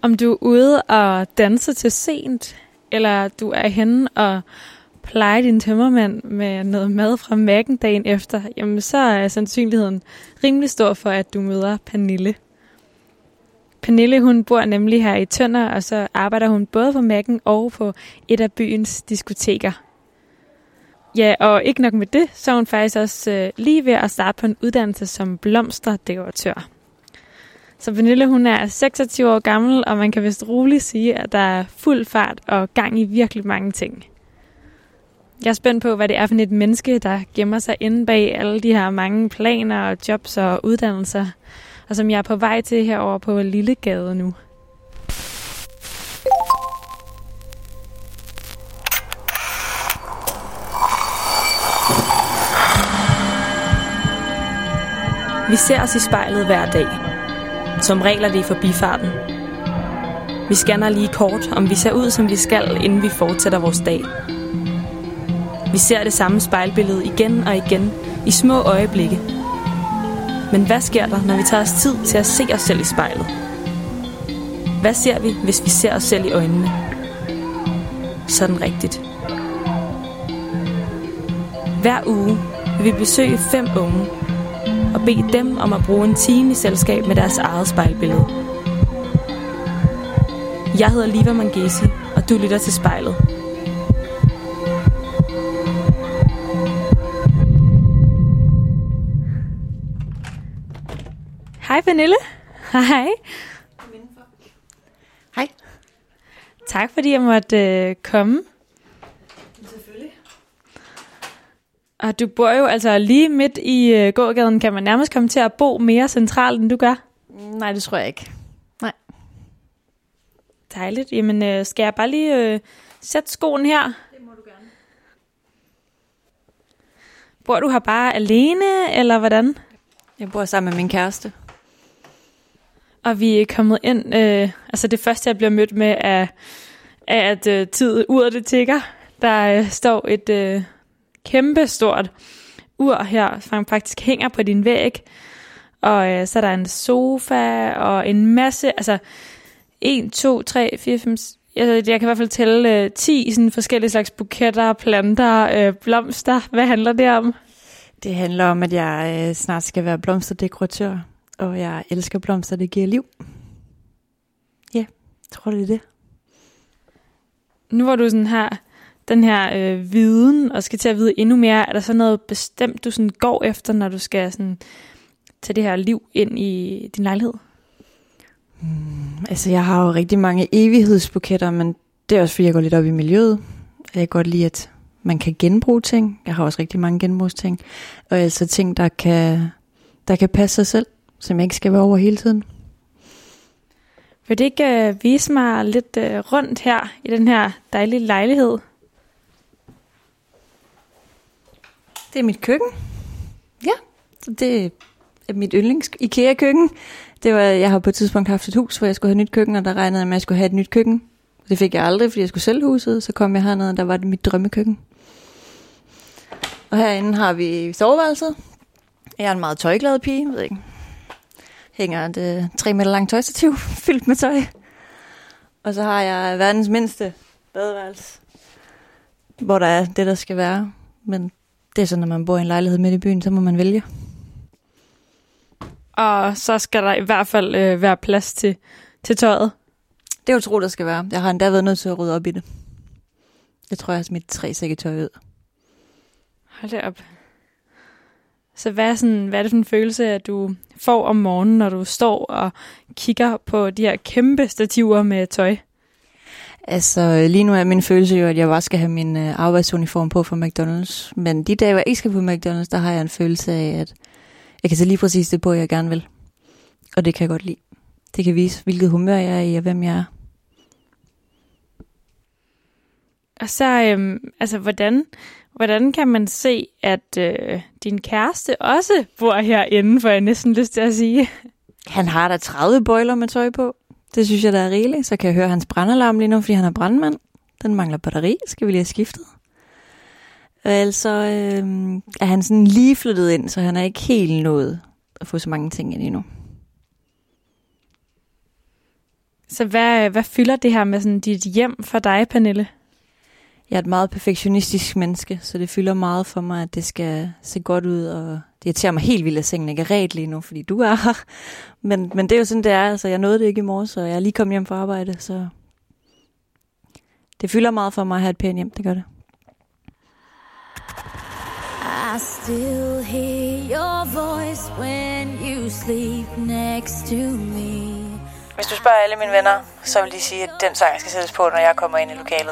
Om du er ude og danse til sent, eller du er henne og plejer din tømmermand med noget mad fra Mac'en dagen efter, jamen så er sandsynligheden rimelig stor for, at du møder Pernille. Pernille, hun bor nemlig her i Tønder, og så arbejder hun både på Mac'en og på et af byens diskoteker. Ja, og ikke nok med det, så er hun faktisk også lige ved at starte på en uddannelse som blomsterdekoratør. Så Pernille, hun er 26 år gammel, og man kan vist roligt sige, at der er fuld fart og gang i virkelig mange ting. Jeg er spændt på, hvad det er for et menneske, der gemmer sig inde bag alle de her mange planer og jobs og uddannelser, og som jeg er på vej til herover på Lillegade nu. Vi ser os i spejlet hver dag. Som regel er det i forbifarten. Vi scanner lige kort, om vi ser ud, som vi skal, inden vi fortsætter vores dag. Vi ser det samme spejlbillede igen og igen, i små øjeblikke. Men hvad sker der, når vi tager os tid til at se os selv i spejlet? Hvad ser vi, hvis vi ser os selv i øjnene? Sådan rigtigt. Hver uge vil vi besøge 5 unge og bede dem om at bruge en time i selskab med deres eget spejlbillede. Jeg hedder Liva Mangesi, og du lytter til Spejlet. Hej Pernille. Hej. Hej. Tak fordi jeg måtte komme. Selvfølgelig. Og du bor jo altså lige midt i gågaden. Kan man nærmest komme til at bo mere centralt, end du gør? Nej, det tror jeg ikke. Nej. Dejligt. Jamen, skal jeg bare lige sætte skoen her? Det må du gerne. Bor du her bare alene, eller hvordan? Jeg bor sammen med min kæreste. Og vi er kommet ind, altså det første, jeg bliver mødt med, er at uret det tikker. Der står et kæmpe stort ur her, som faktisk hænger på din væg. Og så er der en sofa og en masse, altså 1, 2, 3, 4, 5, jeg kan i hvert fald tælle 10 sådan forskellige slags buketter, planter, blomster. Hvad handler det om? Det handler om, at jeg snart skal være blomsterdekoratør, og jeg elsker blomster, det giver liv. Ja, jeg tror det er det. Nu hvor du sådan har den her viden, og skal til at vide endnu mere, er der så noget bestemt, du sådan går efter, når du skal sådan tage det her liv ind i din lejlighed? Altså, jeg har jo rigtig mange evighedsbuketter, men det er også, fordi jeg går lidt op i miljøet. Jeg kan godt lide, at man kan genbruge ting. Jeg har også rigtig mange genbrugsting. Og altså ting, der kan passe sig selv, som jeg ikke skal være over hele tiden. Vil det ikke vise mig lidt rundt her i den her dejlige lejlighed? Det er mit køkken. Ja, så det er mit yndlings IKEA-køkken. Jeg har på et tidspunkt haft et hus, hvor jeg skulle have et nyt køkken, og der regnede jeg med, at jeg skulle have et nyt køkken. Det fik jeg aldrig, fordi jeg skulle sælge huset. Så kom jeg herned, og der var det mit drømmekøkken. Og herinde har vi soveværelset. Jeg er en meget tøjglad pige, ved ikke. Hænger et 3 meter langt tøjstativ, fyldt med tøj. Og så har jeg verdens mindste badeværelse, hvor der er det, der skal være. Men det er sådan, når man bor i en lejlighed midt i byen, så må man vælge. Og så skal der i hvert fald være plads til tøjet. Det er jo tro, der skal være. Jeg har endda været nødt til at rydde op i det. Jeg tror, jeg har smidt 3 sække tøj ud. Hold det op. Så hvad er det for en følelse, at du får om morgenen, når du står og kigger på de her kæmpe stativer med tøj? Altså, lige nu er min følelse jo, at jeg bare skal have min arbejdsuniform på for McDonald's. Men de dage, hvor jeg ikke skal på McDonald's, der har jeg en følelse af, at jeg kan tage lige præcis det på, jeg gerne vil. Og det kan jeg godt lide. Det kan vise, hvilket humør jeg er i, og hvem jeg er. Og så, hvordan kan man se, at din kæreste også bor herinde, for jeg næsten lyst til at sige? Han har da 30 bøjler med tøj på. Det synes jeg, der er rigeligt. Så kan jeg høre hans brandalarm lige nu, fordi han er brandmand. Den mangler batteri, skal vi lige have skiftet. Og altså er han sådan lige flyttet ind, så han er ikke helt nået at få så mange ting ind endnu. Så hvad fylder det her med sådan dit hjem for dig, Pernille? Jeg er et meget perfektionistisk menneske, så det fylder meget for mig, at det skal se godt ud, og det irriterer mig helt vildt, at sengen ikke er ret lige nu, fordi du er her. Men det er jo sådan, det er. Altså, jeg nåede det ikke i morges, så jeg er lige kommet hjem fra arbejde, så det fylder meget for mig at have et pænt hjem, det gør det. I still hear your voice when you sleep next to me. Hvis du spørger alle mine venner, så vil de sige, at den sang skal sættes på, når jeg kommer ind i lokalet.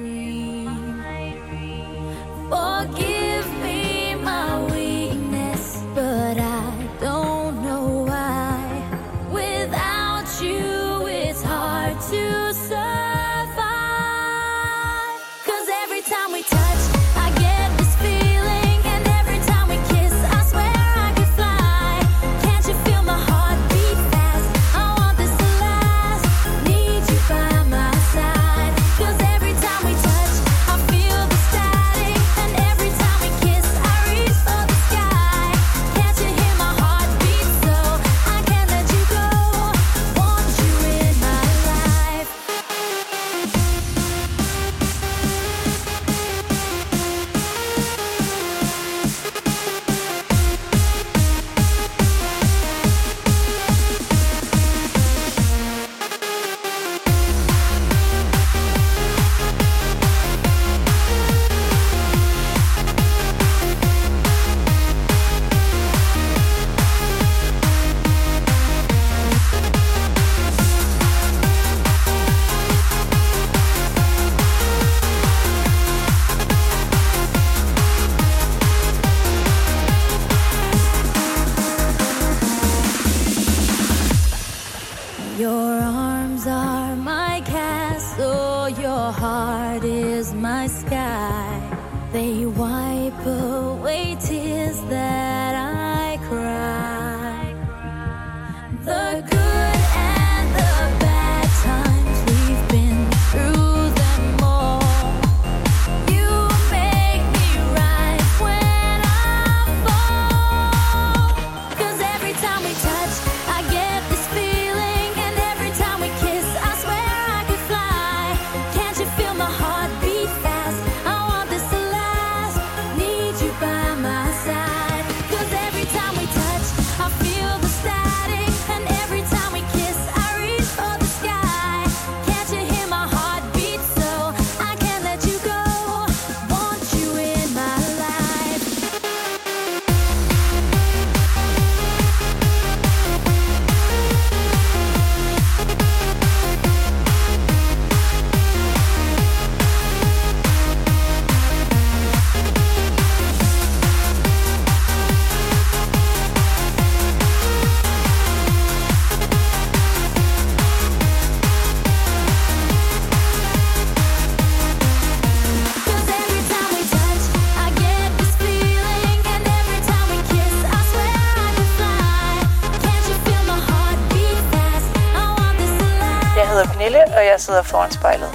Forgive me my weakness, but I don't know why. Without you, it's hard to survive. 'Cause every time we touch, I get this feeling, and every time we kiss, I swear I could fly. Can't you feel my heart beat fast? I want this to last. Need you by my side. 'Cause every time we touch, I feel the static, and every time we kiss, I reach for the sky. Can't you hear my heart beat so I can't let you go? Want you in my life. Your arms are my castle, your heart is my sky. They wipe away tears that I cry. The good and the bad times, we've been through them all. You make me rise when I fall. 'Cause every time we touch, I get this feeling, and every time we kiss, I swear I could fly. Can't you feel my heart beat fast? I want this to last. Need you by my side. 'Cause every time we touch, I feel the static, and every time we kiss, I reach for the sky. Can't you hear my heart beat so I can't let you go? Want you in my life. Cause every time we touch, I get this feeling, and every time we kiss, I swear I could fly. Can't you feel my heart beat fast? I want this to last. Jeg hedder Pernille, og jeg sidder foran spejlet.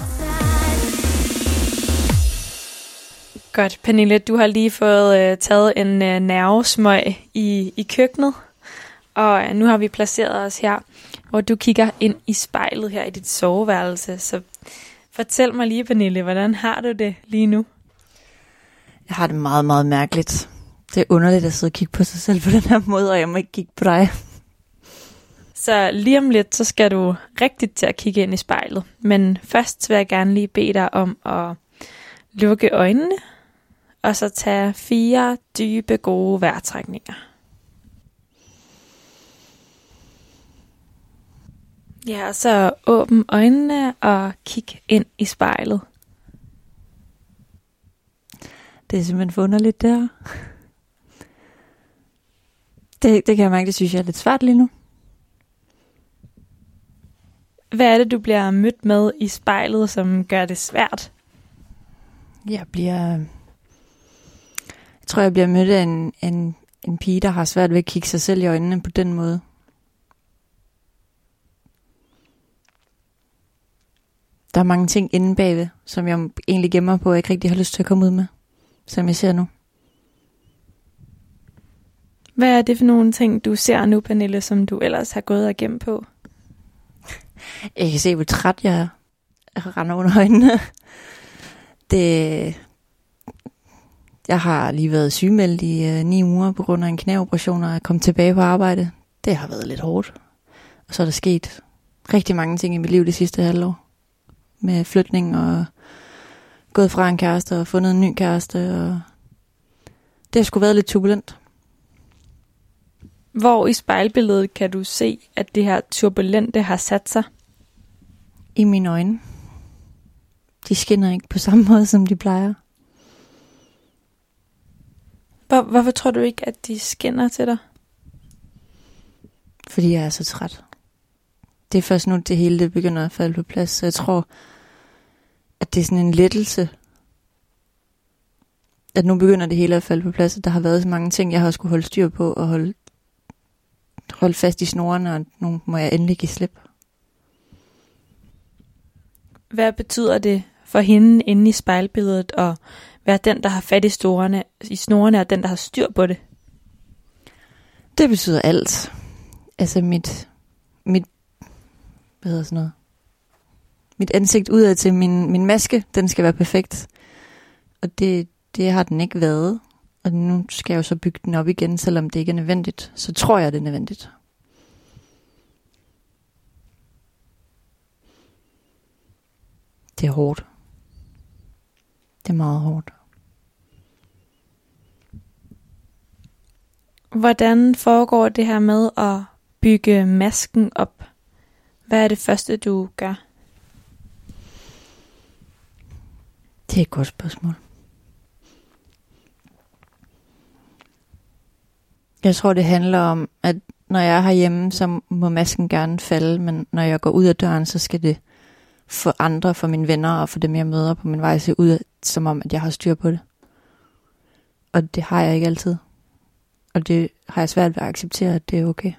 Godt, Pernille, du har lige fået taget en nervesmøg i køkkenet, og nu har vi placeret os her, hvor du kigger ind i spejlet her i dit soveværelse. Så fortæl mig lige, Pernille, hvordan har du det lige nu? Jeg har det meget, meget mærkeligt. Det er underligt at sidde og kigge på sig selv på den her måde, og jeg må ikke kigge på dig. Så lige om lidt, så skal du rigtigt til at kigge ind i spejlet. Men først vil jeg gerne lige bede dig om at lukke øjnene, og så tage 4 dybe, gode vejrtrækninger. Ja, og så åbn øjnene og kig ind i spejlet. Det er simpelthen for underligt, det her. Det kan jeg mærke, det synes jeg er lidt svært lige nu. Hvad er det, du bliver mødt med i spejlet, som gør det svært? Jeg tror, jeg bliver mødt af en pige, der har svært ved at kigge sig selv i øjnene på den måde. Der er mange ting inde bagved, som jeg egentlig gemmer på, og ikke rigtig har lyst til at komme ud med, som jeg ser nu. Hvad er det for nogle ting, du ser nu, Pernille, som du ellers har gået og gemt på? Jeg kan se, hvor træt jeg render under øjnene. Jeg har lige været sygemeldt i 9 uger på grund af en knæoperation, og jeg kom tilbage på arbejde. Det har været lidt hårdt. Og så er der sket rigtig mange ting i mit liv det sidste halvår. Med flytning og gået fra en kæreste og fundet en ny kæreste. Og det har sgu været lidt turbulent. Hvor i spejlbilledet kan du se, at det her turbulente har sat sig? I mine øjne. De skinner ikke på samme måde, som de plejer. Hvorfor tror du ikke, at de skinner til dig? Fordi jeg er så træt. Det er først nu, det hele det begynder at falde på plads. Så jeg tror, at det er sådan en lettelse. At nu begynder det hele at falde på plads. Der har været så mange ting, jeg har skulle holde styr på. Og holde fast i snorene, og nu må jeg endelig give slip. Hvad betyder det for hende inde i spejlbilledet at være den, der har fat i snorene, og den, der har styr på det? Det betyder alt. Altså mit hvad hedder sådan noget? Mit ansigt udad til min maske, den skal være perfekt. Og det har den ikke været. Og nu skal jeg jo så bygge den op igen, selvom det ikke er nødvendigt. Så tror jeg, det er nødvendigt. Det er hårdt. Det er meget hårdt. Hvordan foregår det her med at bygge masken op? Hvad er det første, du gør? Det er et godt spørgsmål. Jeg tror, det handler om, at når jeg er herhjemme, så må masken gerne falde, men når jeg går ud af døren, så skal det for andre, for mine venner og for dem, jeg møder på min vej, se ud som om, at jeg har styr på det. Og det har jeg ikke altid. Og det har jeg svært ved at acceptere, at det er okay.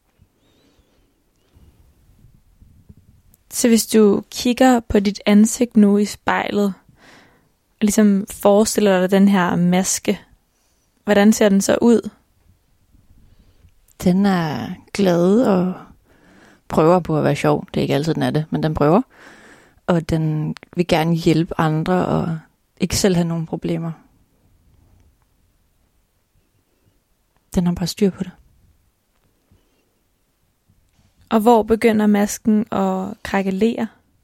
Så hvis du kigger på dit ansigt nu i spejlet, og ligesom forestiller dig den her maske, hvordan ser den så ud? Den er glad og prøver på at være sjov. Det er ikke altid, den er det, men den prøver. Og den vil gerne hjælpe andre og ikke selv have nogen problemer. Den har bare styr på det. Og hvor begynder masken at krakelere?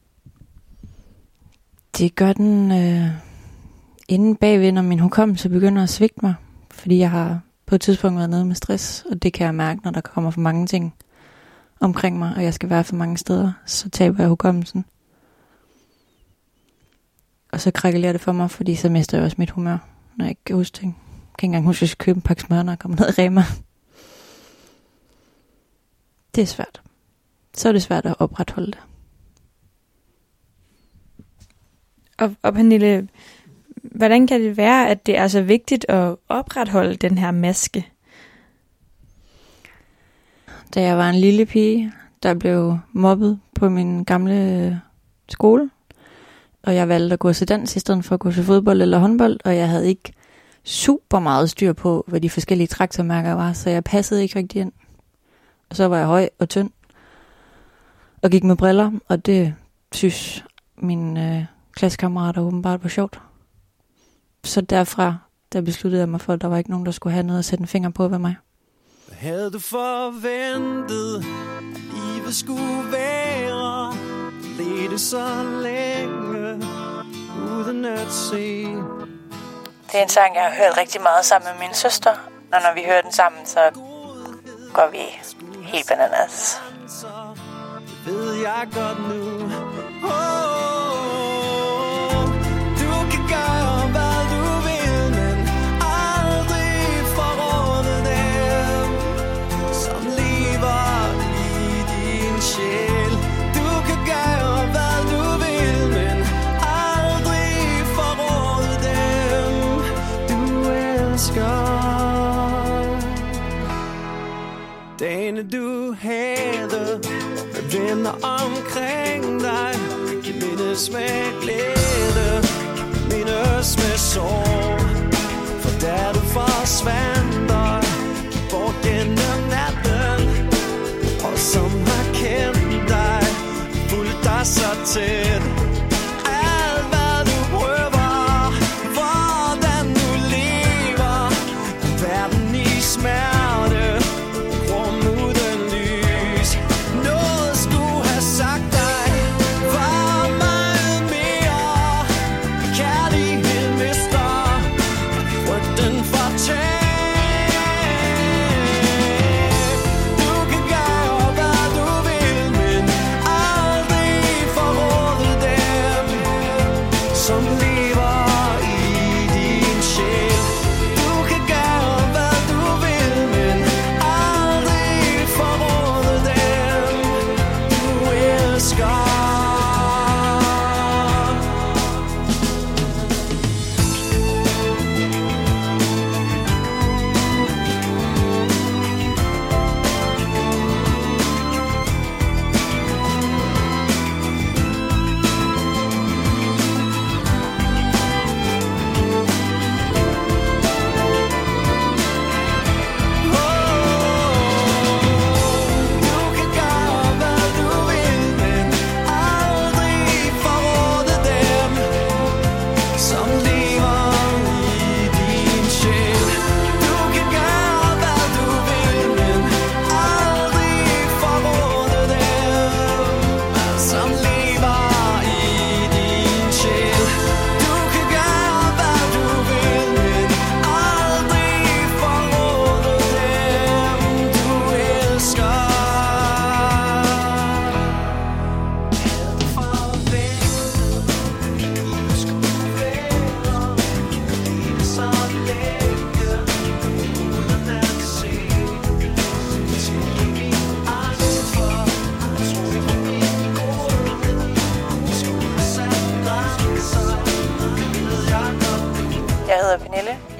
Det gør den inde bagved, når min hukommelse begynder at svigte mig. Fordi jeg har på et tidspunkt været nede med stress, og det kan jeg mærke, når der kommer for mange ting omkring mig, og jeg skal være for mange steder, så taber jeg hukommelsen. Og så krakelerer det for mig, fordi så mister jeg også mit humør, når jeg ikke kan huske ting. Jeg kan ikke engang huske, at jeg skal købe en pakke smør, når jeg kommer ned i Rema. Det er svært. Så er det svært at opretholde det. Og Pernille, hvordan kan det være, at det er så vigtigt at opretholde den her maske? Da jeg var en lille pige, der blev mobbet på min gamle skole, og jeg valgte at gå til dans i stedet for at gå til fodbold eller håndbold, og jeg havde ikke super meget styr på, hvad de forskellige traktormærker var, så jeg passede ikke rigtig ind. Og så var jeg høj og tynd, og gik med briller, og det synes mine klassekammerater åbenbart var sjovt. Så derfra, der besluttede jeg mig for, at der var ikke nogen, der skulle have noget at sætte en finger på ved mig. Hvad havde du forventet, livet skulle være? Ledte så længe, uden at se. Det er en sang, jeg har hørt rigtig meget sammen med min søster. Og når vi hører den sammen, så går vi helt bananas. Det ved jeg godt nu. Du kan gøre, hvad du vil, men aldrig forråde dem, som lever i din sjæl. Du kan gøre, hvad du vil, men aldrig forråde dem, du elsker. Dagene du havde med venner omkring dig, de mindes med glæde, mindes med sorg. For da du forsvandt dig bort gennem natten, og som har kendt dig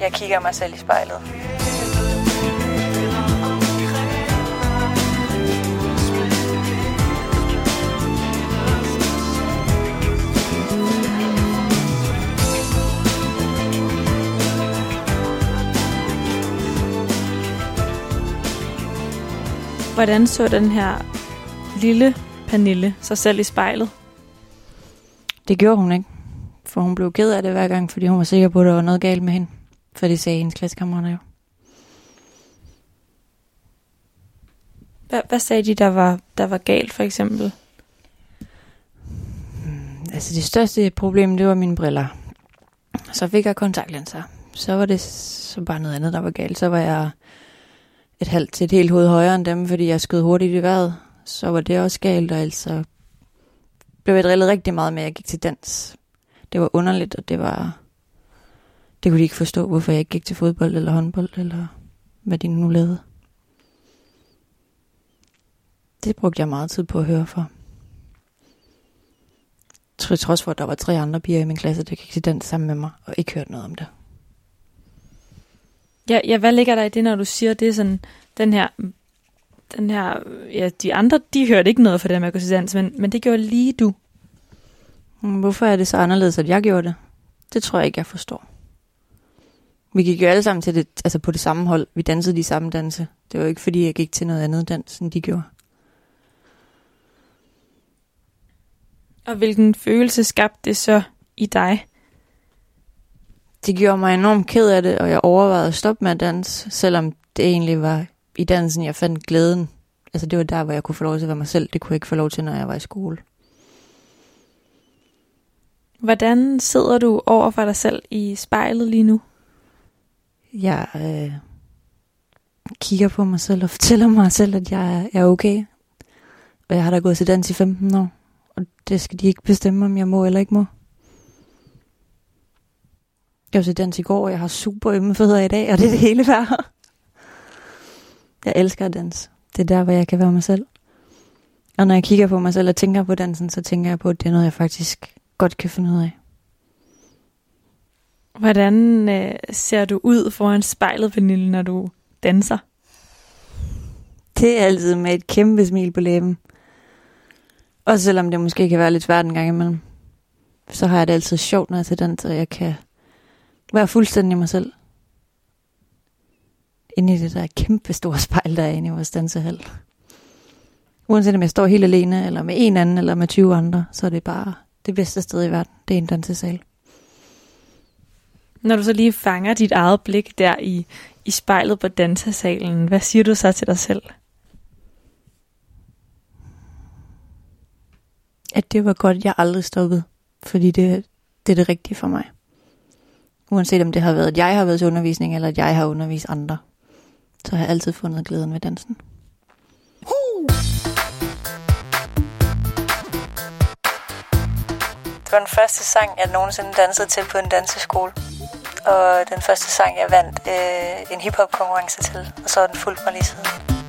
Jeg kigger mig selv i spejlet. Hvordan så den her lille Pernille sig selv i spejlet? Det gjorde hun ikke. For hun blev ked af det hver gang, fordi hun var sikker på, at der var noget galt med hende. For det sagde hendes klassekammerater jo. Hvad sagde de, der var galt, for eksempel? Altså det største problem, det var mine briller. Så fik jeg kontaktlinser. Så var det så bare noget andet, der var galt. Så var jeg et halvt til et helt hoved højere end dem, fordi jeg skød hurtigt i vejret. Så var det også galt, og altså blev jeg drillet rigtig meget med, at jeg gik til dans. Det var underligt, og det kunne de ikke forstå, hvorfor jeg ikke gik til fodbold eller håndbold, eller hvad de nu lavede. Det brugte jeg meget tid på at høre for. Trods for, at der var 3 andre piger i min klasse, der gik til dans sammen med mig, og ikke hørte noget om det. Ja, hvad ligger der i det, når du siger, det er sådan, den her, ja, de andre, de hørte ikke noget for det med at gå til dans, men det gjorde lige du. Hvorfor er det så anderledes, at jeg gjorde det? Det tror jeg ikke, jeg forstår. Vi gik jo alle sammen til det, altså på det samme hold. Vi dansede de samme danse. Det var ikke, fordi jeg gik til noget andet dans, end de gjorde. Og hvilken følelse skabte det så i dig? Det gjorde mig enormt ked af det, og jeg overvejede at stoppe med at danse, selvom det egentlig var i dansen, jeg fandt glæden. Altså det var der, hvor jeg kunne få lov til at være mig selv. Det kunne jeg ikke få lov til, når jeg var i skole. Hvordan sidder du over for dig selv i spejlet lige nu? Jeg kigger på mig selv og fortæller mig selv, at jeg er okay. Og jeg har da gået til dans i 15 år. Og det skal de ikke bestemme, om jeg må eller ikke må. Jeg var til dans i går, og jeg har super ømme fødder i dag, og det er det hele værd. Jeg elsker at danse. Det er der, hvor jeg kan være mig selv. Og når jeg kigger på mig selv og tænker på dansen, så tænker jeg på, at det er noget, jeg faktisk godt kan finde ud af. Hvordan ser du ud foran spejlet, Pernille, når du danser? Det er altid med et kæmpe smil på læben. Også selvom det måske kan være lidt svært en gang imellem. Så har jeg det altid sjovt, når jeg til dans, og jeg kan være fuldstændig mig selv. Inde i det der kæmpe store spejl, der er inde i vores dansehal. Uanset om jeg står helt alene, eller med en anden, eller med 20 andre, så er det bare det bedste sted i verden. Det er en dansesal. Når du så lige fanger dit eget blik der i spejlet på dansesalen, hvad siger du så til dig selv? At det var godt, jeg aldrig stoppede. Fordi det er det rigtige for mig. Uanset om det har været, at jeg har været til undervisning, eller at jeg har undervist andre, så har jeg altid fundet glæden ved dansen. Det var den første sang, jeg nogensinde dansede til på en danseskole. Og den første sang, jeg vandt en hiphop-konkurrence til. Og så har den fulgt mig lige siden.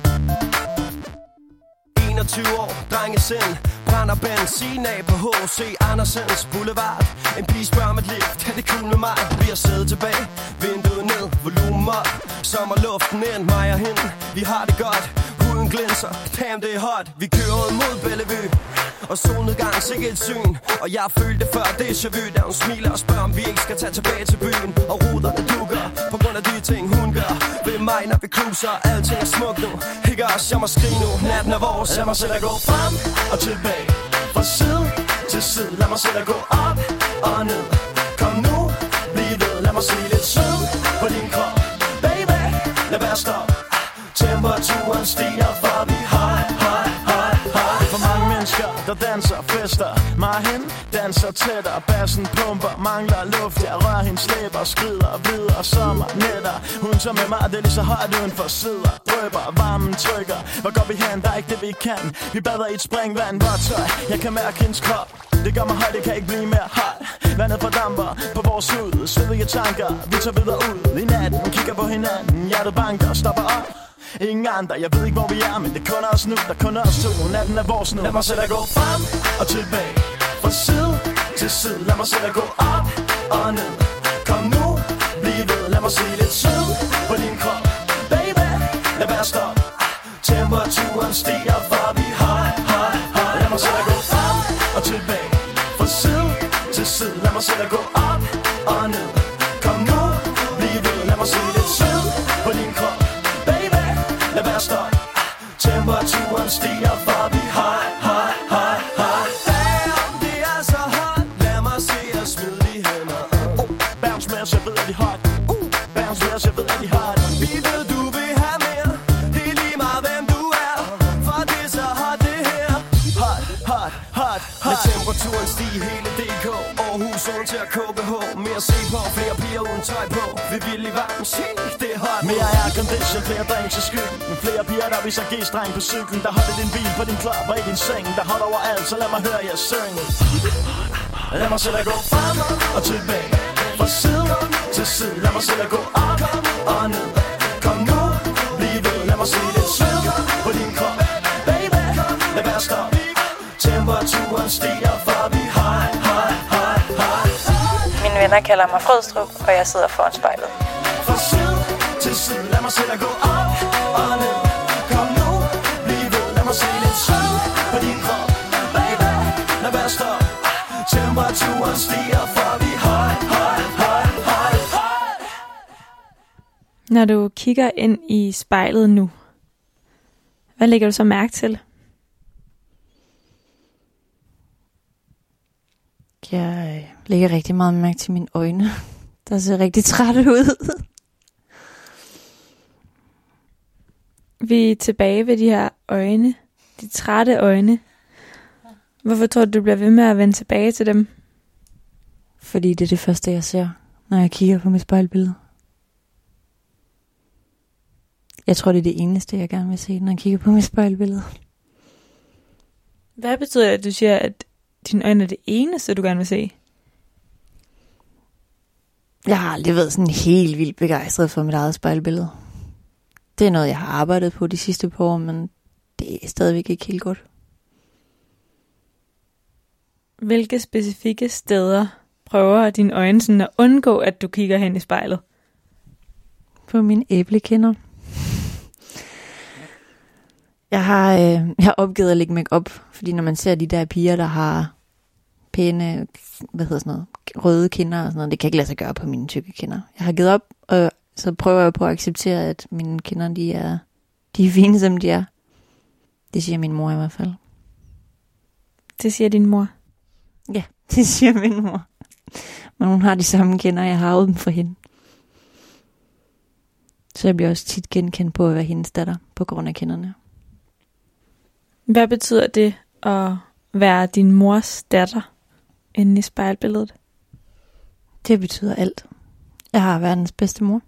21 år, drengesind, brænder benzin af på H.C. Andersens Boulevard. En pige spørger om et lift, kan det cool med mig? Vi har siddet tilbage, vinduet ned, volumen op. Sommerluften ind, mig og hende, vi har det godt. Huden glinser, damn det er hot. Vi kører ud mod Bellevue, og solnedgang sikkert et syn. Og jeg følte før déjà vu, da hun smiler og spørger, om vi ikke skal tage tilbage til byen. Og ruderne dukker, på grund af de ting hun gør ved mig, når vi cruiser. Alting er smukt nu, ikke også, jeg må skrige nu. Natten er vores, lad mig selv at gå frem og tilbage. Fra side til side, lad mig selv at gå op og ned. Kom nu, bliv ved, lad mig se lidt sød på din krop. Baby, lad være stoppe. Temperaturen stiger, for vi høj. For mange mennesker, der danser og fester. Mig og hende danser tættere, bassen pumper, mangler luft. Jeg rører hendes læber, skrider videre, sommer nætter. Hun så med mig, det er lige så højt uden for sider. Drøber, varmen trykker, hvor går vi hen, der er ikke det vi kan. Vi bader i et springvand, vådt tøj, jeg kan mærke hendes krop. Det gør mig højt, det kan ikke blive mere højt. Vandet fordamper på vores hud, svedige tanker, vi tager videre ud. I natten, kigger på hinanden, hjertet banker, stopper op. Ingen andre, jeg ved ikke hvor vi er, men det er kun os nu, der kun os to. Natten er vores nu. Lad mig selv at gå frem og tilbage. Fra side til side, lad mig selv at gå op og ned. Kom nu, bliv ved, lad mig mig se lidt sød på din krop. Baby, lad være stop. Temperaturen stiger, for vi hot. Lad mig se dig gå frem og tilbage, fra side til side. Lad mig se dig gå op og ned. Kom nu, bliv ved. Lad mig se lidt sød på din krop. Baby, lad være stop. Temperaturen stiger, for vi hot. Damn, det er så hot. Lad mig se jer smide de hænder. Bounce med os, jeg ved, at de hot. Bounce med os, jeg ved, at de hot. Vi ved, du vil have mere. Det er lige meget, hvem du er. For det er så hot, det her. Hot. Med temperaturen stige hele DK. Aarhus, uden til at KBH. Mere se på, flere piger uden tøj på. Vi vil i varmen, sig, det er hot. Mere aircondition, flere drinks i skyggen. Flere piger, der viser G-streng på cyklen. Der holder din bil på din klap og i din seng. Der holder overalt, så lad mig høre jer synge. Lad mig se dig gå frem og tilbage, fra side til side. Lad mig se dig gå op og ned. Kom nu, bliv ved. Lad mig se lidt sved på din krop. Baby, lad være stop. Temperaturen stiger, for vi hot. Mine venner kalder mig Frødstrup, og jeg sidder foran spejlet. Fra side til side. Lad mig se dig gå op og ned. Kom nu, bliv ved. Lad mig se lidt sved på din krop. Baby, lad være stop. Temperaturen stiger, for vi hot. Når du kigger ind i spejlet nu, hvad lægger du så mærke til? Jeg lægger rigtig meget mærke til mine øjne, der ser rigtig trætte ud. Vi er tilbage ved de her øjne, de trætte øjne. Hvorfor tror du bliver ved med at vende tilbage til dem? Fordi det er det første, jeg ser, når jeg kigger på mit spejlbillede. Jeg tror, det er det eneste, jeg gerne vil se, når jeg kigger på mit spejlbillede. Hvad betyder det, at du siger, at dine øjne er det eneste, du gerne vil se? Jeg har aldrig været sådan helt vildt begejstret for mit eget spejlbillede. Det er noget, jeg har arbejdet på de sidste par år, men det er stadigvæk ikke helt godt. Hvilke specifikke steder prøver dine øjne sådan at undgå, at du kigger hen i spejlet? På mine æblekinder. Jeg har opgivet at lægge make-up, fordi når man ser de der piger, der har pæne, røde kinder og sådan noget, det kan ikke lade sig gøre på mine tykke kinder. Jeg har givet op, og så prøver jeg på at acceptere, at mine kinder, de er fine, som de er. Det siger min mor i hvert fald. Det siger din mor? Ja, det siger min mor. Men hun har de samme kinder, jeg har arvet dem for hende. Så jeg bliver også tit genkendt på at være hendes datter, på grund af kinderne. Hvad betyder det at være din mors datter inde i spejlbilledet? Det betyder alt. Jeg har verdens bedste mor.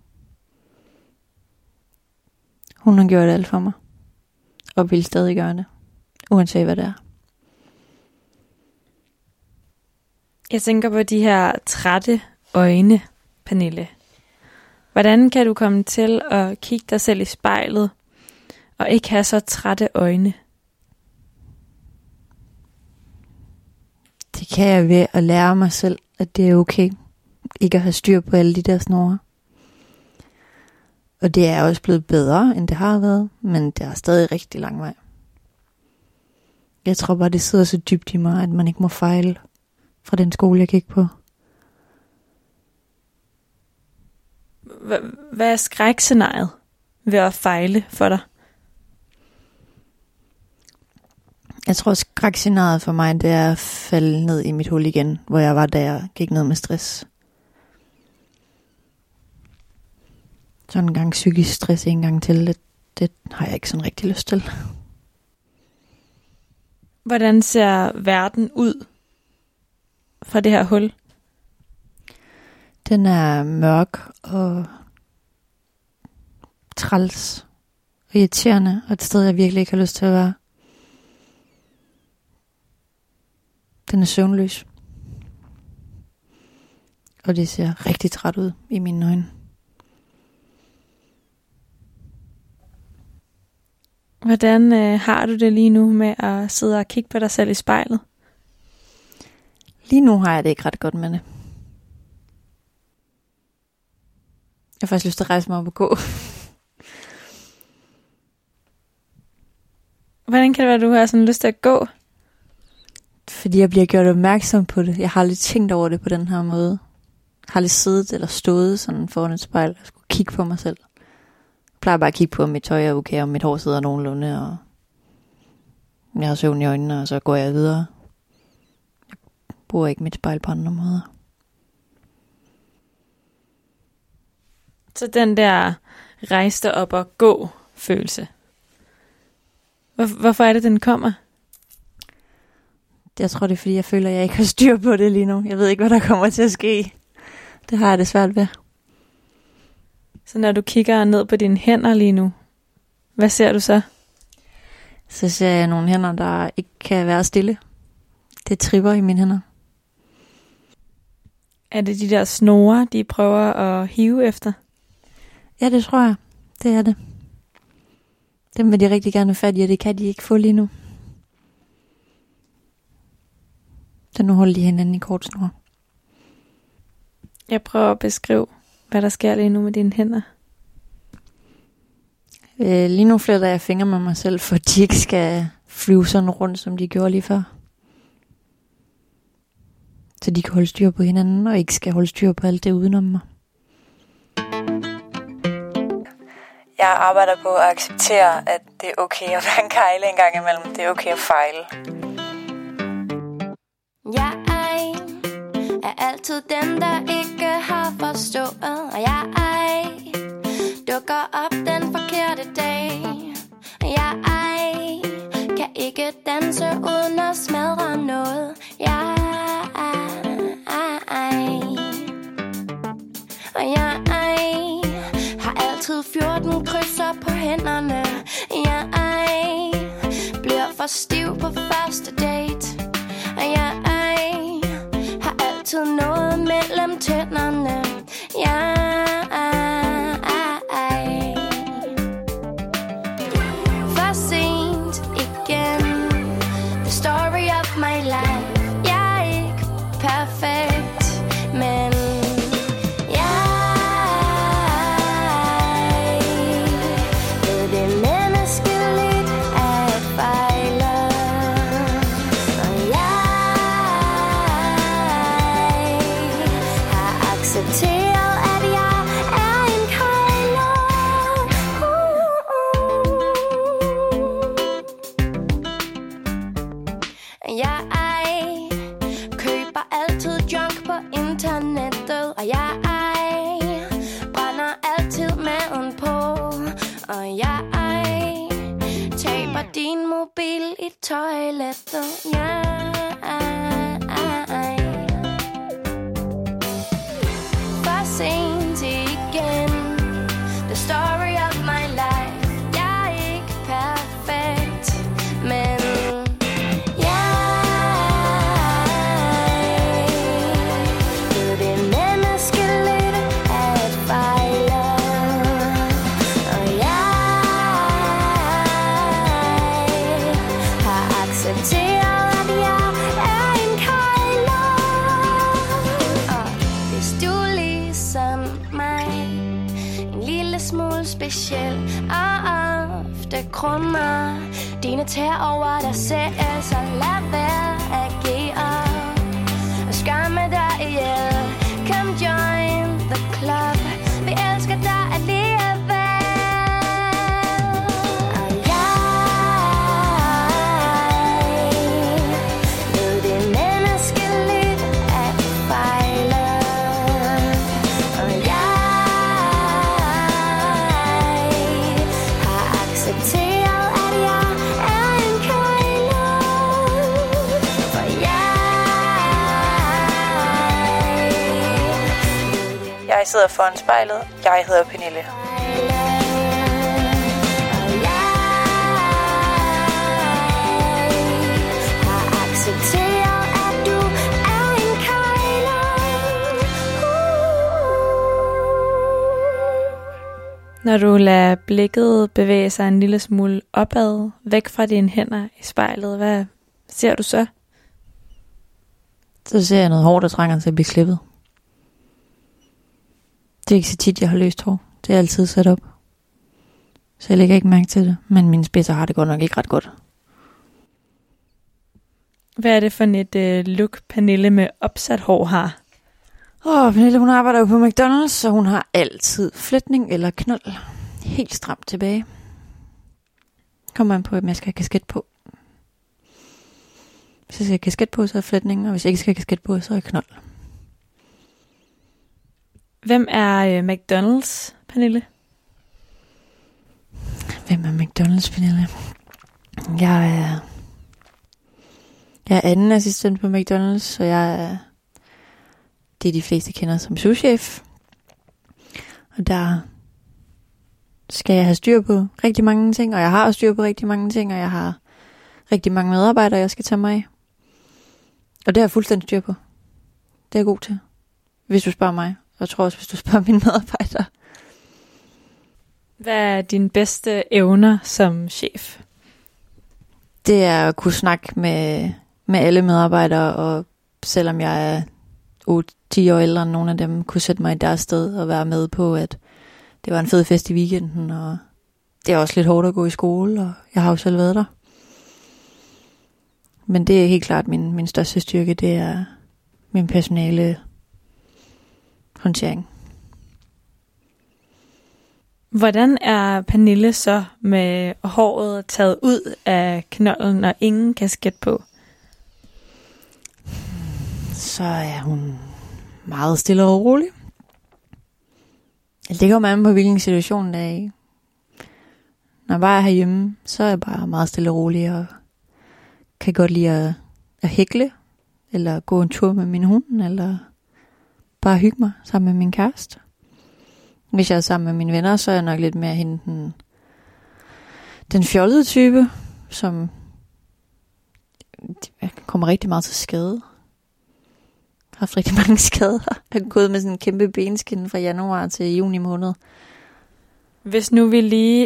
Hun har gjort alt for mig. Og vil stadig gøre det. Uanset hvad det er. Jeg tænker på de her trætte øjne, Pernille. Hvordan kan du komme til at kigge dig selv i spejlet og ikke have så trætte øjne? Det kan jeg ved at lære mig selv, at det er okay ikke at have styr på alle de der snore. Og det er også blevet bedre, end det har været, men det er stadig rigtig lang vej. Jeg tror bare, det sidder så dybt i mig, at man ikke må fejle fra den skole, jeg gik på. Hvad er skrækscenariet ved at fejle for dig? Jeg tror, skrækscenariet for mig, det er at falde ned i mit hul igen, hvor jeg var, da jeg gik ned med stress. Sådan en gang psykisk stress en gang til, det har jeg ikke sådan rigtig lyst til. Hvordan ser verden ud fra det her hul? Den er mørk og træls og irriterende, og et sted, jeg virkelig ikke har lyst til at være. Den er søvnløs. Og det ser rigtig træt ud i mine øjne. Hvordan har du det lige nu med at sidde og kigge på dig selv i spejlet? Lige nu har jeg det ikke ret godt med det. Jeg har faktisk lyst til at rejse mig op og gå. Hvordan kan det være, at du har sådan lyst til at gå? Fordi jeg bliver gjort opmærksom på det. Jeg har aldrig tænkt over det på den her måde. Jeg har aldrig siddet eller stået sådan foran et spejl og skulle kigge på mig selv. Jeg plejer bare at kigge på, om mit tøj er okay, om mit hår sidder nogenlunde, og jeg har søvn i øjnene, og så går jeg videre. Jeg bruger ikke mit spejl på andre måder. Så den der rejse op og gå følelse. Hvorfor er det, den kommer? Jeg tror, det er, fordi jeg føler, at jeg ikke har styr på det lige nu. Jeg ved ikke, hvad der kommer til at ske. Det har jeg det svært ved. Så når du kigger ned på dine hænder lige nu, hvad ser du så? Så ser jeg nogle hænder, der ikke kan være stille. Det tripper i mine hænder. Er det de der snore, de prøver at hive efter? Ja, det tror jeg. Det er det. Dem vil de rigtig gerne have fat i, og det kan de ikke få lige nu. Så nu holder de hinanden i kort snor. Jeg prøver at beskrive, hvad der sker lige nu med dine hænder. Lige nu fletter jeg fingre med mig selv, for de ikke skal flyve sådan rundt, som de gjorde lige før. Så de kan holde styr på hinanden, og ikke skal holde styr på alt det udenom mig. Jeg arbejder på at acceptere, at det er okay at være en kejle en gang imellem. Det er okay at fejle. Jeg er altid den, der ikke har forstået, og jeg dukker op den forkerte dag. Jeg kan ikke danse uden at smadre noget. Og jeg har altid 14 krydser på hænderne. Jeg bliver for stiv på første date. Og jeg har altid noget mellem tænderne. For sent igen. The story of my life. Jeg er ikke perfekt, men og jeg brænder altid maden på, og jeg taber din mobil i toilettet. For sent igen. The story of my life. Jeg er ikke perfekt, men speciel og ofte krummer dine tær over dig selv, så lad være at give op og skamme dig ihjel. Come join the club, vi elsker dig alligevel. Og jeg ved det er menneskeligt at fejle, og jeg Jeg sidder foran spejlet. Jeg hedder Pernille. Når du lader blikket bevæge sig en lille smule opad, væk fra dine hænder i spejlet, hvad ser du så? Så ser jeg noget hår, der trænger til at blive klippet. Det er ikke så tit, jeg har løst hår. Det er altid sat op. Så jeg lægger ikke mærke til det. Men mine spidser har det godt nok ikke ret godt. Hvad er det for et look, Pernille med opsat hår har? Pernille, hun arbejder jo på McDonald's, så hun har altid flætning eller knold. Helt stramt tilbage. Kommer man på, at jeg skal have kasket på. Hvis jeg skal have kasket på, så er flætning, og hvis jeg ikke skal have kasket på, så er knold. Hvem er McDonald's, Pernille? Hvem er McDonald's, Pernille? Jeg er anden assistent på McDonald's, så det er de fleste kender som souschef. Og der skal jeg have styr på rigtig mange ting, og jeg har styr på rigtig mange ting, og jeg har rigtig mange medarbejdere, jeg skal tage mig af. Og det har jeg fuldstændig styr på. Det er jeg god til, hvis du spørger mig. Og jeg tror også, hvis du spørger mine medarbejdere. Hvad er dine bedste evner som chef? Det er at kunne snakke med alle medarbejdere, og selvom jeg er 10 år ældre end nogle af dem, kunne sætte mig i deres sted og være med på, at det var en fed fest i weekenden, og det er også lidt hårdt at gå i skole, og jeg har jo selv været der. Men det er helt klart min største styrke, det er min personale håndtering. Hvordan er Pernille så med håret taget ud af knolden og ingen kasket på? Så er hun meget stille og rolig. Det ligger jo an på, hvilken situation der er i. Når jeg bare er herhjemme, så er jeg bare meget stille og rolig, og kan godt lide at hækle, eller gå en tur med min hund, eller bare hygge mig sammen med min kæreste. Hvis jeg er sammen med mine venner, så er jeg nok lidt mere hende den fjollede type, som kommer rigtig meget til skade. Jeg har haft rigtig mange skader. Jeg har gået med sådan en kæmpe benskin fra januar til juni måned. Hvis nu vi lige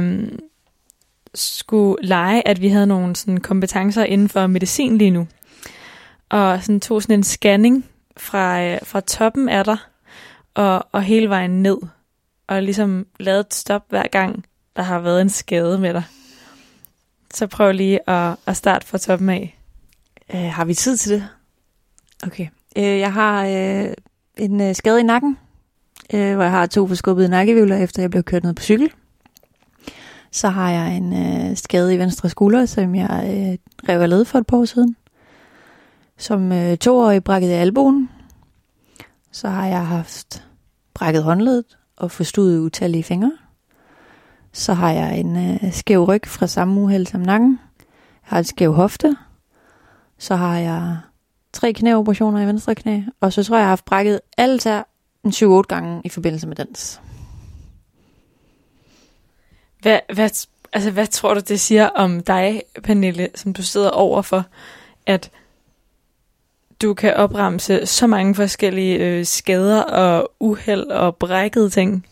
skulle lege, at vi havde nogle sådan kompetencer inden for medicin lige nu, og sådan tog sådan en scanning fra toppen af dig, og hele vejen ned, og ligesom lavet et stop hver gang, der har været en skade med dig. Så prøv lige at starte fra toppen af. Har vi tid til det? Okay. Jeg har en skade i nakken, hvor jeg har 2 forskubbede nakkevivler, efter jeg blev kørt ned på cykel. Så har jeg en skade i venstre skulder, som jeg rev af led for et par år siden. Som 2-årig brækkede jeg albuen. Så har jeg haft brækket håndledet og forstudet utallige fingre. Så har jeg en skæv ryg fra samme uheld som nakken. Jeg har en skæv hofte. Så har jeg 3 knæoperationer i venstre knæ. Og så tror jeg har haft brækket alle tær 7-8 gange i forbindelse med dans. Hvad tror du, det siger om dig, Pernille, som du sidder overfor, at du kan opremse så mange forskellige skader og uheld og brækkede ting?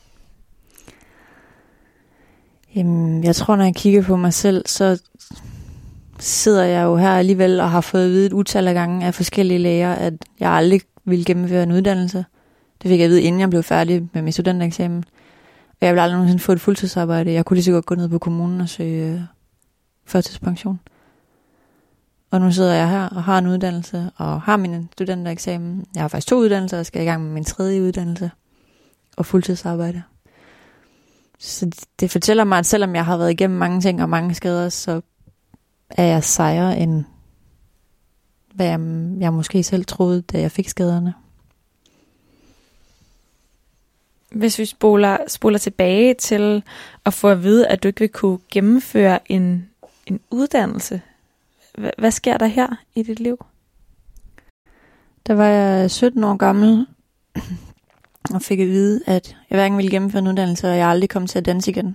Jamen, jeg tror, når jeg kigger på mig selv, så sidder jeg jo her alligevel og har fået at vide et utal af gange af forskellige læger, at jeg aldrig ville gennemføre en uddannelse. Det fik jeg at vide, inden jeg blev færdig med min studentereksamen. Og jeg ville aldrig nogensinde få et fuldtidsarbejde. Jeg kunne lige så godt gå ned på kommunen og søge førtidspension. Og nu sidder jeg her og har en uddannelse og har min studentereksamen. Jeg har faktisk 2 uddannelser og skal i gang med min 3. uddannelse og fuldtidsarbejde. Så det fortæller mig, at selvom jeg har været igennem mange ting og mange skader, så er jeg sejere end hvad jeg måske selv troede, da jeg fik skaderne. Hvis vi spoler tilbage til at få at vide, at du ikke vil kunne gennemføre en uddannelse, hvad sker der her i dit liv? Der var jeg 17 år gammel og fik at vide, at jeg hverken ville gennemføre en uddannelse, og jeg aldrig kom til at danse igen.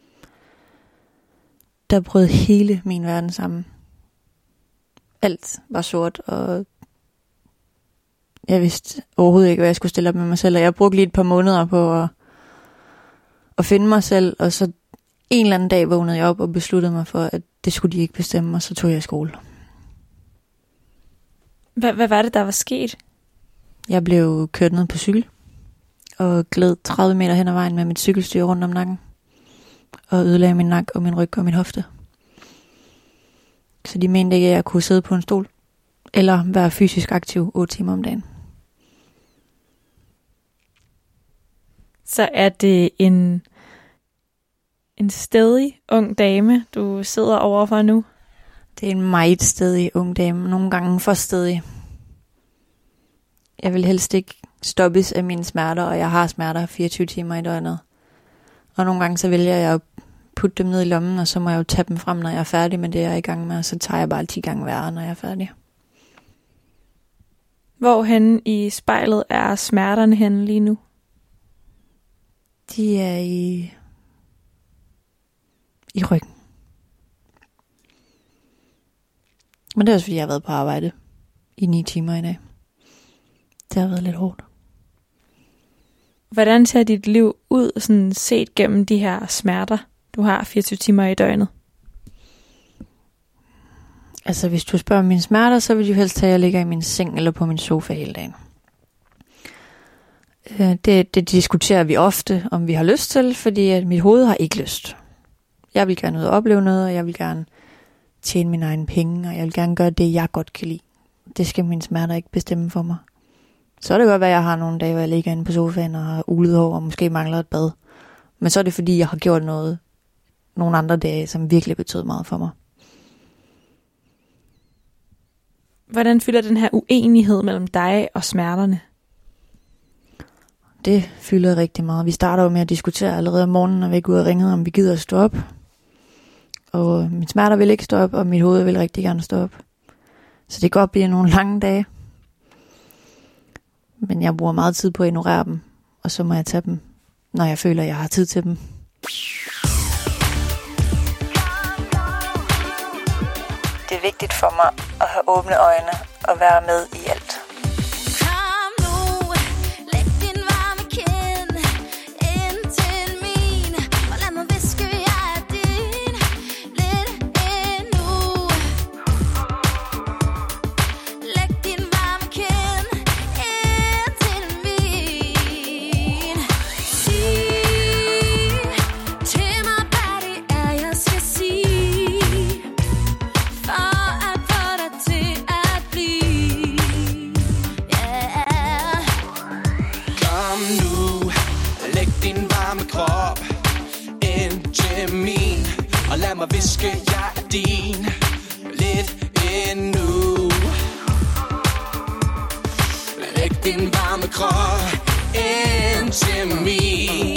Der brød hele min verden sammen. Alt var sort, og jeg vidste overhovedet ikke, hvad jeg skulle stille op med mig selv. Og jeg brugte lige et par måneder på at finde mig selv, og så en eller anden dag vågnede jeg op og besluttede mig for, at det skulle de ikke bestemme, og så tog jeg i skole. Hvad var det, der var sket? Jeg blev kørt ned på cykel, og gled 30 meter hen ad vejen med mit cykelstyr rundt om nakken. Og ødelagde min nakke og min ryg og min hofte. Så de mente ikke, at jeg kunne sidde på en stol. Eller være fysisk aktiv 8 timer om dagen. Så er det en stædig ung dame, du sidder overfor nu? Det er en meget stædig ung dame. Nogle gange for stædig. Jeg vil helst ikke stoppes af mine smerter, og jeg har smerter 24 timer i døgnet. Og nogle gange så vælger jeg at putte dem ned i lommen, og så må jeg jo tage dem frem, når jeg er færdig med det, jeg er i gang med, og så tager jeg bare 10 gange værre, når jeg er færdig. Hvorhenne i spejlet er smerterne henne lige nu? De er i ryggen. Men det er også fordi, jeg har været på arbejde i 9 timer i dag. Det har været lidt hårdt. Hvordan ser dit liv ud, sådan set gennem de her smerter, du har 24 timer i døgnet? Altså, hvis du spørger om mine smerter, så vil de helst have, at jeg ligger i min seng eller på min sofa hele dagen. Det diskuterer vi ofte, om vi har lyst til, fordi at mit hoved har ikke lyst. Jeg vil gerne ud og opleve noget, og jeg vil gerne tjene mine egne penge, og jeg vil gerne gøre det, jeg godt kan lide. Det skal mine smerter ikke bestemme for mig. Så er det godt, at jeg har nogle dage, hvor jeg ligger inde på sofaen og har ulet hår, og måske mangler et bad. Men så er det, fordi jeg har gjort noget nogle andre dage, som virkelig betød meget for mig. Hvordan fylder den her uenighed mellem dig og smerterne? Det fylder rigtig meget. Vi starter jo med at diskutere allerede om morgenen, når vi går ud og ringede, om vi gider at stå op. Og min smerter vil ikke stå op, og mit hoved vil rigtig gerne stå op. Så det kan godt blive nogle lange dage. Men jeg bruger meget tid på at ignorere dem, og så må jeg tage dem, når jeg føler, at jeg har tid til dem. Det er vigtigt for mig at have åbne øjne og være med i alt. Viske, jeg er din lidt endnu. Læg din varme krop ind til min.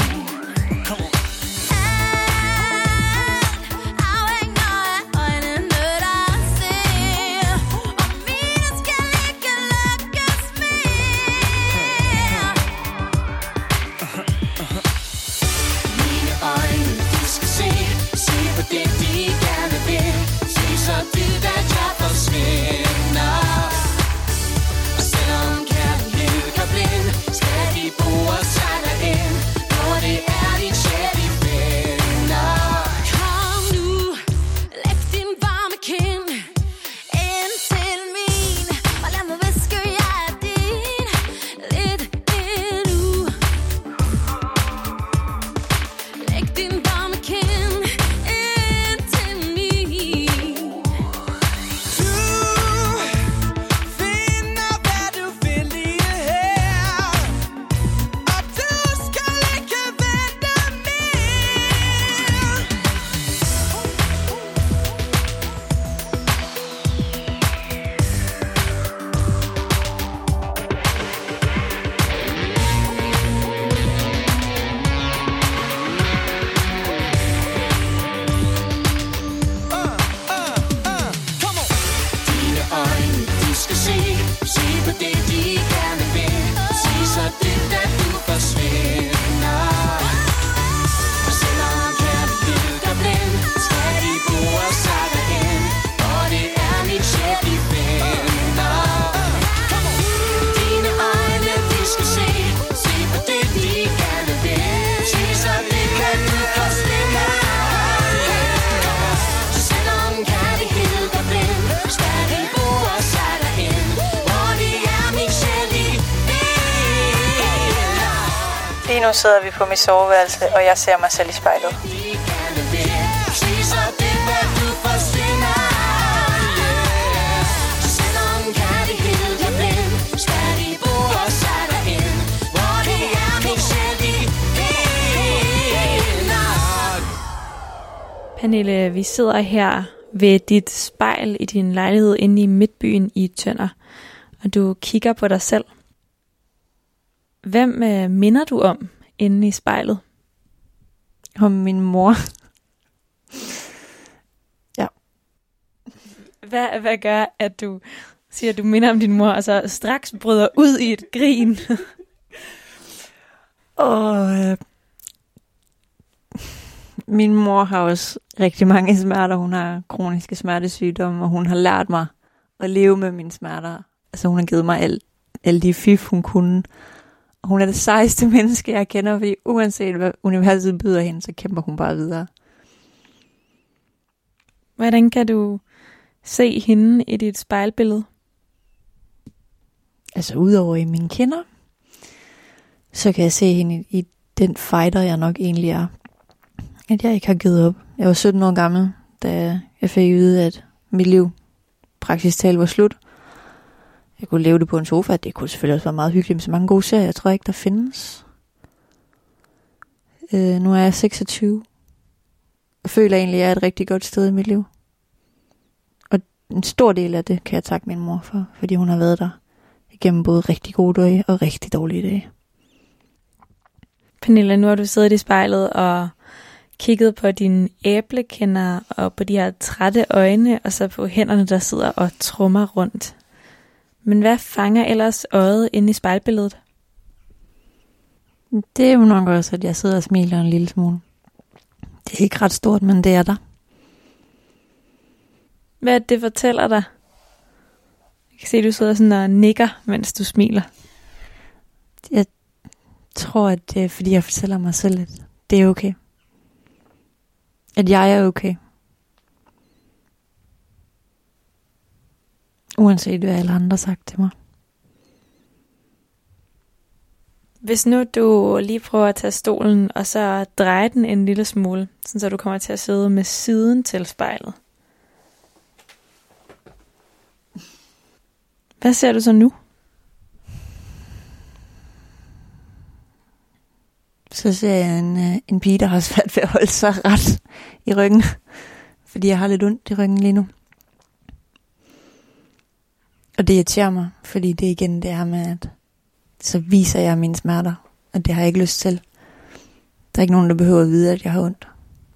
Skal de bo og sejle ind, når det Lige nu sidder vi på mit soveværelse, og jeg ser mig selv i spejlet. Pernille, vi sidder her ved dit spejl i din lejlighed inde i Midtbyen i Tønder, og du kigger på dig selv. Hvem minder du om inde i spejlet? Om min mor. Ja. Hvad gør, at du siger, at du minder om din mor, og så straks bryder ud i et grin? Min mor har også rigtig mange smerter. Hun har kroniske smertesygdomme, og hun har lært mig at leve med mine smerter. Altså hun har givet mig alle de fif, hun kunne. Og hun er det sejeste menneske, jeg kender, fordi uanset hvad universet byder hende, så kæmper hun bare videre. Hvordan kan du se hende i dit spejlbillede? Altså udover i mine kinder, så kan jeg se hende i den fighter, jeg nok egentlig er. At jeg ikke har givet op. Jeg var 17 år gammel, da jeg fik at vide, at mit liv praktisk talt var slut. Jeg kunne leve det på en sofa. Det kunne selvfølgelig også være meget hyggeligt med så mange gode serier. Jeg tror ikke, der findes. Nu er jeg 26. Og føler egentlig, at jeg er et rigtig godt sted i mit liv. Og en stor del af det kan jeg takke min mor for. Fordi hun har været der igennem både rigtig gode dage og rigtig dårlige dage. Pernille, nu har du siddet i spejlet og kigget på dine æblekender og på de her trætte øjne, og så på hænderne, der sidder og trummer rundt. Men hvad fanger ellers øjet inde i spejlbilledet? Det er jo nok også, at jeg sidder og smiler en lille smule. Det er ikke ret stort, men det er der. Hvad det fortæller dig? Jeg kan se, at du sidder sådan og nikker, mens du smiler. Jeg tror, at det er, fordi jeg fortæller mig selv, at det er okay. At jeg er okay. Uanset hvad alle andre har sagt til mig. Hvis nu du lige prøver at tage stolen, og så dreje den en lille smule, så du kommer til at sidde med siden til spejlet. Hvad ser du så nu? Så ser jeg en pige, der har svært ved at holde sig ret i ryggen. Fordi jeg har lidt ondt i ryggen lige nu. Og det irriterer mig, fordi det er igen det her med, at så viser jeg mine smerter. Og det har jeg ikke lyst til. Der er ikke nogen, der behøver at vide, at jeg har ondt.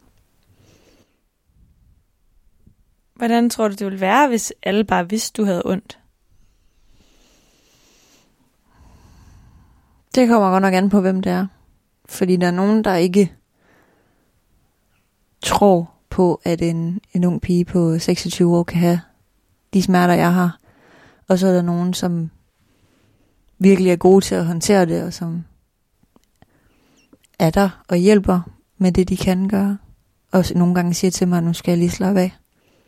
Hvordan tror du, det ville være, hvis alle bare vidste, du havde ondt? Det kommer godt nok an på, hvem det er. Fordi der er nogen, der ikke tror på, at en ung pige på 26 år kan have de smerter, jeg har. Og så er der nogen, som virkelig er gode til at håndtere det, og som er der og hjælper med det, de kan gøre. Og nogle gange siger til mig, at nu skal jeg lige slappe af.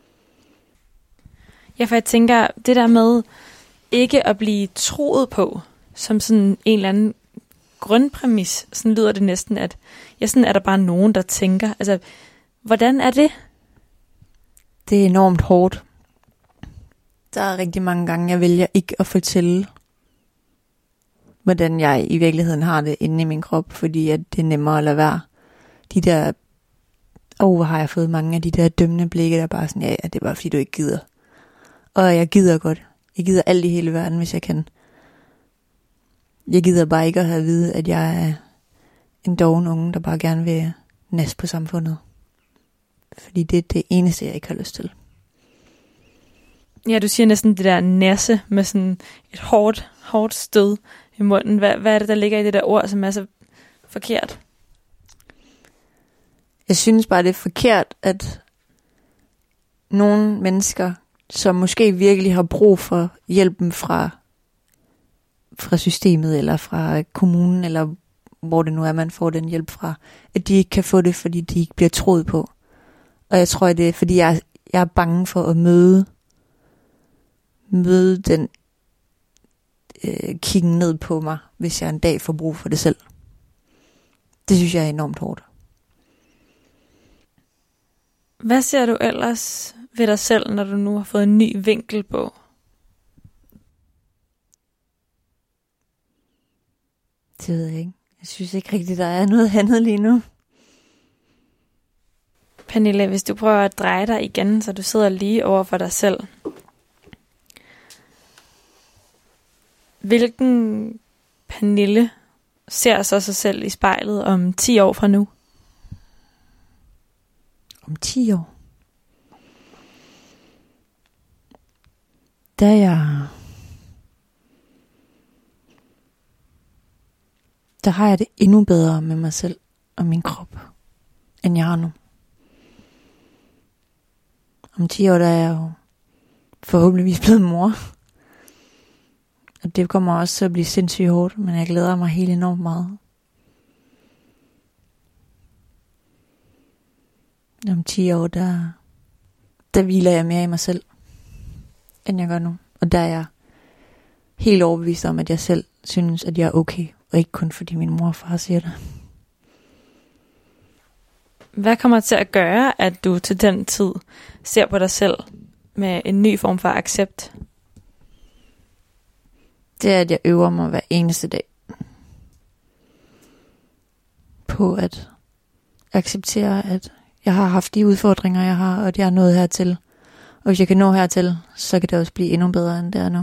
Ja, for jeg tænker, det der med ikke at blive troet på, som sådan en eller anden grundpræmis, sådan lyder det næsten, at ja, sådan er der bare nogen, der tænker. Altså, hvordan er det? Det er enormt hårdt. Der er rigtig mange gange, jeg vælger ikke at fortælle, hvordan jeg i virkeligheden har det inde i min krop, fordi at det er nemmere at lade være. De der, hvor har jeg fået mange af de der dømmende blikke, der bare sådan, ja, det er bare fordi du ikke gider. Og jeg gider godt. Jeg gider alt i hele verden, hvis jeg kan. Jeg gider bare ikke at have at vide, at jeg er en doven unge, der bare gerne vil næste på samfundet. Fordi det er det eneste, jeg ikke har lyst til. Ja, du siger næsten det der næse med sådan et hårdt stød i munden. Hvad er det, der ligger i det der ord, som er så forkert? Jeg synes bare, det er forkert, at nogle mennesker, som måske virkelig har brug for hjælpen fra systemet, eller fra kommunen, eller hvor det nu er, man får den hjælp fra, at de ikke kan få det, fordi de ikke bliver troet på. Og jeg tror, det er, fordi jeg er bange for at møde den kiggen ned på mig, hvis jeg en dag får brug for det selv. Det synes jeg er enormt hårdt. Hvad ser du ellers ved dig selv, når du nu har fået en ny vinkel på? Det ved jeg ikke. Jeg synes ikke rigtigt, der er noget andet lige nu. Pernille, hvis du prøver at dreje dig igen, så du sidder lige over for dig selv. Hvilken Pernille ser så sig selv i spejlet om 10 år fra nu? Om 10 år? Der har jeg det endnu bedre med mig selv og min krop, end jeg har nu. Om 10 år der er jeg jo forhåbentligvis blevet mor. Og det kommer også til at blive sindssygt hårdt, men jeg glæder mig helt enormt meget. Om 10 år, der hviler jeg mere i mig selv, end jeg gør nu. Og der er jeg helt overbevist om, at jeg selv synes, at jeg er okay. Og ikke kun fordi min mor og far siger det. Hvad kommer til at gøre, at du til den tid ser på dig selv med en ny form for accept? Det er, at jeg øver mig hver eneste dag på at acceptere, at jeg har haft de udfordringer, jeg har, og at jeg er nået hertil. Og hvis jeg kan nå hertil, så kan det også blive endnu bedre, end det er nu.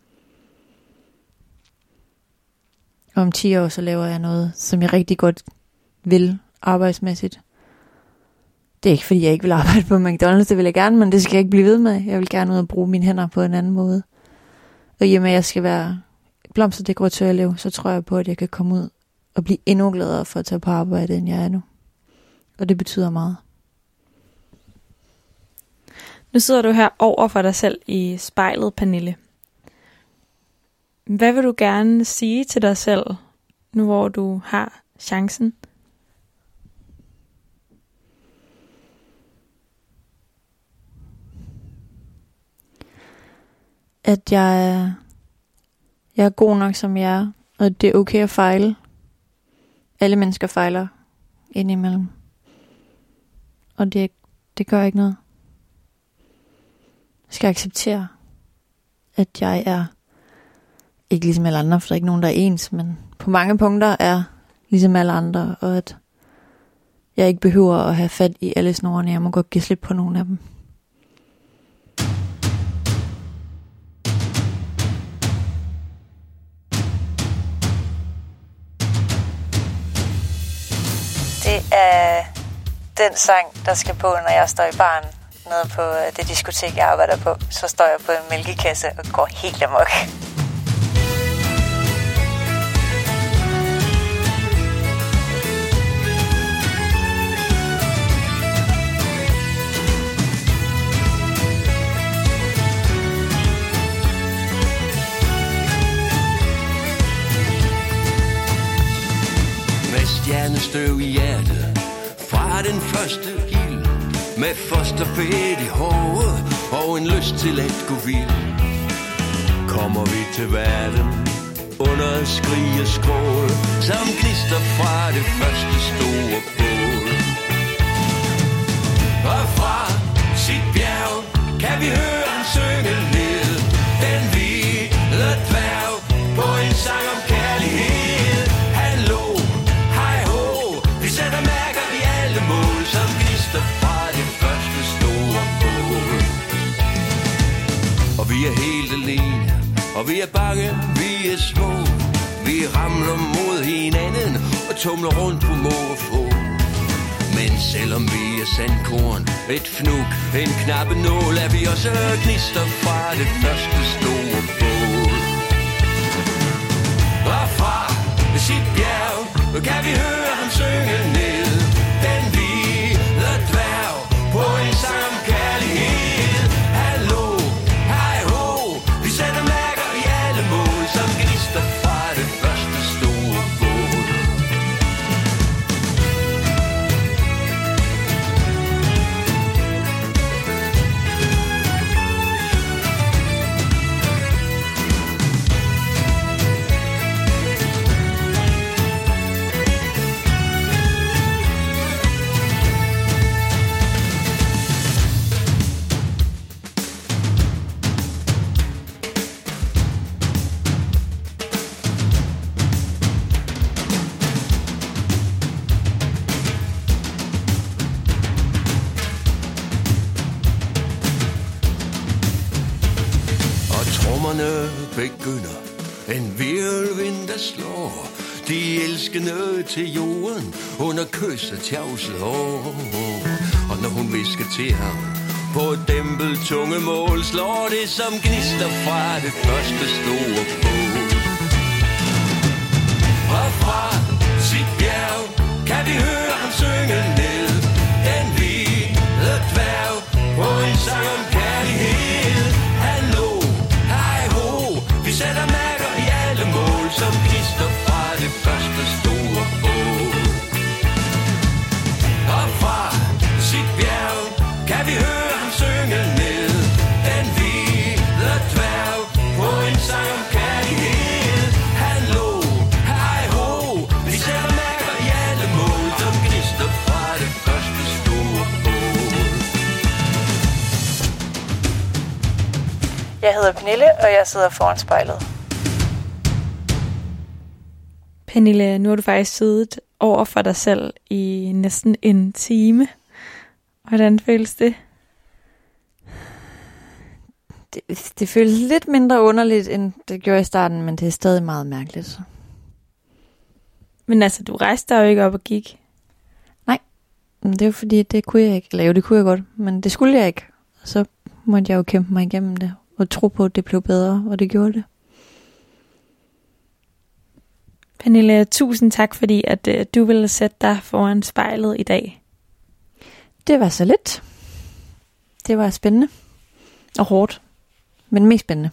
Og om 10 år, så laver jeg noget, som jeg rigtig godt vil arbejdsmæssigt. Det er ikke, fordi jeg ikke vil arbejde på McDonald's, det vil jeg gerne, men det skal jeg ikke blive ved med. Jeg vil gerne ud og bruge mine hænder på en anden måde. Og i og med, at jeg skal være blomsterdekoratørelev, så tror jeg på, at jeg kan komme ud og blive endnu gladere for at tage på arbejde, end jeg er nu. Og det betyder meget. Nu sidder du her over for dig selv i spejlet, Pernille. Hvad vil du gerne sige til dig selv, nu hvor du har chancen? At jeg er god nok, som jeg er, og det er okay at fejle. Alle mennesker fejler indimellem. Og det gør ikke noget. Jeg skal acceptere, at jeg er ikke ligesom alle andre, for der er ikke nogen, der er ens, men på mange punkter er ligesom alle andre, og at jeg ikke behøver at have fat i alle snorene. Jeg må godt give slip på nogle af dem. Det er den sang, der skal på, når jeg står i baren nede på det diskotek, jeg arbejder på. Så står jeg på en mælkekasse og går helt amok. Med stjernestøv i hjertet, fra den første ild, med fosterbed i håret og en lyst til at gå vild. Kommer vi til verden under en skrig og skrål, som gnister fra det første store bål. Og fra sit bjerg kan vi høre ham synge ned, den hvide dværg på en sang om kærlighed. Hallo, hej ho, vi sætter mærker i alle mål, som gnister fra det første store bål. Og vi er helt alene, og vi er bange, vi er små. Vi ramler mod hinanden og tumler rundt på må og få. Men selvom vi er sandkorn, et fnug, en knappe nål, er vi også gnister fra det første store bål. Og fra sit bjerg kan vi høre ham synge ned, den hvide dværg på en sang om kærlighed. Hallo, hej ho, vi sætter mærker i alle mål, som gnister fra det første store bål. elskende begynder. En virvelvind, der slår de elskende til jorden under kys og tjavset hår. Og når hun visker til ham på et dæmpet tungemål, slår det som gnister fra det første store bål. Og fra sit bjerg kan vi høre ham synge ned. Den hvide dværg på en sang om kærlighed. Hallo, hej ho, vi sætter mærker i alle mål, som gnister fra det første store bål. Og fra sit bjerg kan vi høre ham synge ned. Den hvide dværg på en sang om kærlighed. Hallo, hej ho, vi sætter mærker i alle mål, som gnister fra det første store bål. Jeg hedder Pernille, og jeg sidder foran spejlet. Pernille, nu har du faktisk siddet over for dig selv i næsten en time. Hvordan føles det? Det føles lidt mindre underligt, end det gjorde i starten, men det er stadig meget mærkeligt. Men altså, du rejste dig jo ikke op og gik. Nej, men det er jo fordi, det kunne jeg ikke. Eller jo, det kunne jeg godt, men det skulle jeg ikke. Og så måtte jeg jo kæmpe mig igennem det, og tro på, at det blev bedre, og det gjorde det. Pernille, tusind tak, fordi at du ville sætte dig foran spejlet i dag. Det var så lidt. Det var spændende. Og hårdt. Men mest spændende.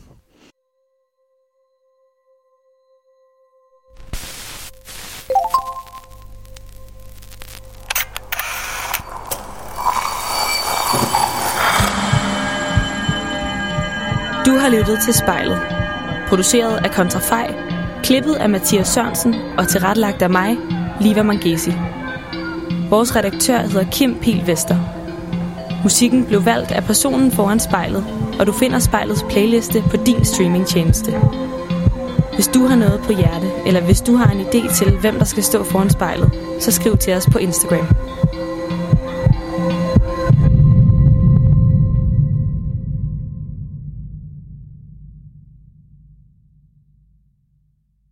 Du har lyttet til Spejlet. Produceret af Kontrafej. Klippet af Mathias Sørensen og tilrettelagt af mig, Liva Mangesi. Vores redaktør hedder Kim Pihl Vester. Musikken blev valgt af personen foran spejlet, og du finder spejlets playliste på din streamingtjeneste. Hvis du har noget på hjerte, eller hvis du har en idé til, hvem der skal stå foran spejlet, så skriv til os på Instagram.